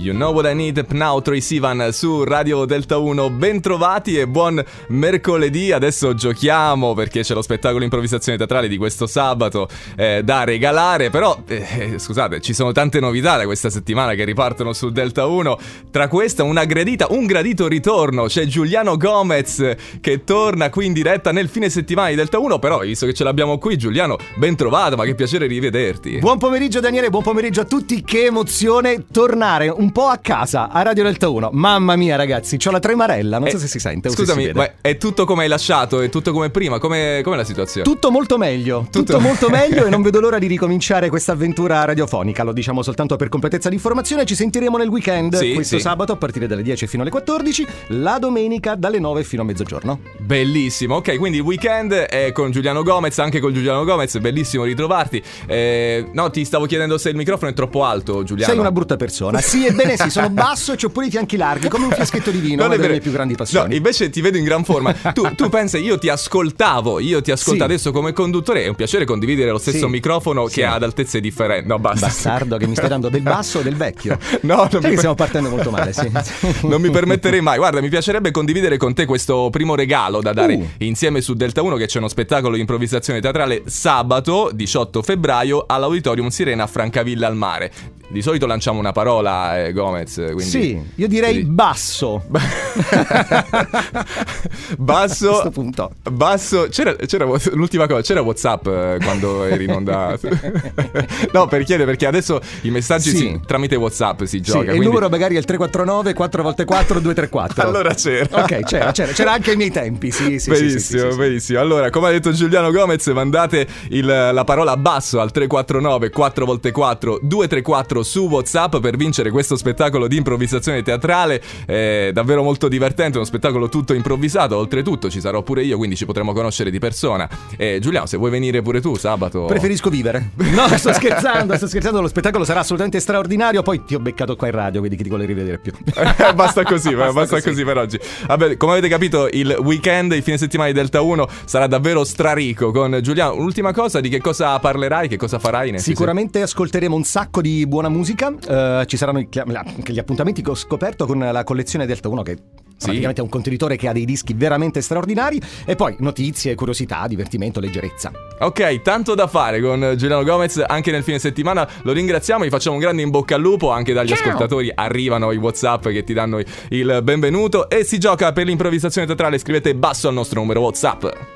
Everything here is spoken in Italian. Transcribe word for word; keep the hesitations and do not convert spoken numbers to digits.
You Know What I Need, Pnau, Troye Sivan su Radio Delta uno. Bentrovati e buon mercoledì. Adesso giochiamo perché c'è lo spettacolo improvvisazione teatrale di questo sabato eh, da regalare. Però eh, scusate, ci sono tante novità da questa settimana che ripartono su Delta uno. Tra questa una gradita, un gradito ritorno. C'è Giuliano Gomez che torna qui in diretta nel fine settimana di Delta uno. Però visto che ce l'abbiamo qui, Giuliano, ben trovato, ma che piacere rivederti. Buon pomeriggio Daniele, buon pomeriggio a tutti. Che emozione tornare un po' a casa a Radio Delta uno. Mamma mia ragazzi, c'ho la tremarella, non eh, so se si sente. Scusami, si ma è tutto come hai lasciato? È tutto come prima? Come è la situazione? Tutto molto meglio, tutto, tutto molto meglio e non vedo l'ora di ricominciare questa avventura radiofonica. Lo diciamo soltanto per completezza di informazione. Ci sentiremo nel weekend, sì, questo sì. sabato a partire dalle dieci fino alle quattordici, la domenica dalle nove fino a mezzogiorno. Bellissimo, ok, quindi il weekend è con Giuliano Gomez, anche con Giuliano Gomez, bellissimo ritrovarti. eh, No, ti stavo chiedendo se il microfono è troppo alto, Giuliano. Sei una brutta persona. Sì, ebbene sì, sono basso e c'ho pure i fianchi larghi, come un fiaschetto di vino, una delle mie più grandi passioni. No, invece ti vedo in gran forma. Tu, tu pensa, io ti ascoltavo, io ti ascolto sì. adesso come conduttore. È un piacere condividere lo stesso sì. microfono sì. che ha ad altezze differenti. No, basta. Bastardo, che mi stai dando del basso o del vecchio? No, non Sai mi che stiamo partendo molto male, sì. Non mi permetterei mai. Guarda, mi piacerebbe condividere con te questo primo regalo da dare uh. insieme su Delta uno, che c'è uno spettacolo di improvvisazione teatrale sabato diciotto febbraio all'Auditorium Sirena a Francavilla al Mare. Di solito lanciamo una parola, eh, Gomez, quindi... Sì, io direi quindi... basso. Basso. A questo punto. Basso. C'era, c'era l'ultima cosa, c'era WhatsApp eh, quando eri in onda. No, per chiedere, perché adesso i messaggi sì. si, tramite WhatsApp si gioca. Sì, quindi... il numero magari è il tre quattro nove quattro volte quattro due tre quattro. Allora c'era. Ok, c'era, c'era, c'era anche ai miei tempi, sì, sì. Benissimo, sì, sì, sì, benissimo. Sì. Allora, come ha detto Giuliano Gomez, mandate il, la parola basso al tre quattro nove quattro volte quattro due tre quattro su WhatsApp per vincere questo spettacolo di improvvisazione teatrale. È davvero molto divertente, uno spettacolo tutto improvvisato. Oltretutto ci sarò pure io, quindi ci potremo conoscere di persona. E Giuliano, se vuoi venire pure tu sabato. Preferisco vivere. No, sto scherzando, sto scherzando. Lo spettacolo sarà assolutamente straordinario. Poi ti ho beccato qua in radio, quindi chi ti vuole rivedere più. Basta così, basta, basta così. così per oggi. Vabbè, come avete capito, il weekend, il fine settimana di Delta uno sarà davvero straricco con Giuliano. L'ultima cosa, di che cosa parlerai, che cosa farai? Nel Sicuramente se... ascolteremo un sacco di buona musica. Uh, ci saranno gli appuntamenti che ho scoperto con la collezione Delta uno, che sì. praticamente è un contenitore che ha dei dischi veramente straordinari. E poi notizie, curiosità, divertimento, leggerezza. Ok, tanto da fare con Giuliano Gomez anche nel fine settimana. Lo ringraziamo, gli facciamo un grande in bocca al lupo. Anche dagli Ciao. ascoltatori arrivano i WhatsApp che ti danno il benvenuto. E si gioca per l'improvvisazione teatrale. Scrivete basso al nostro numero WhatsApp.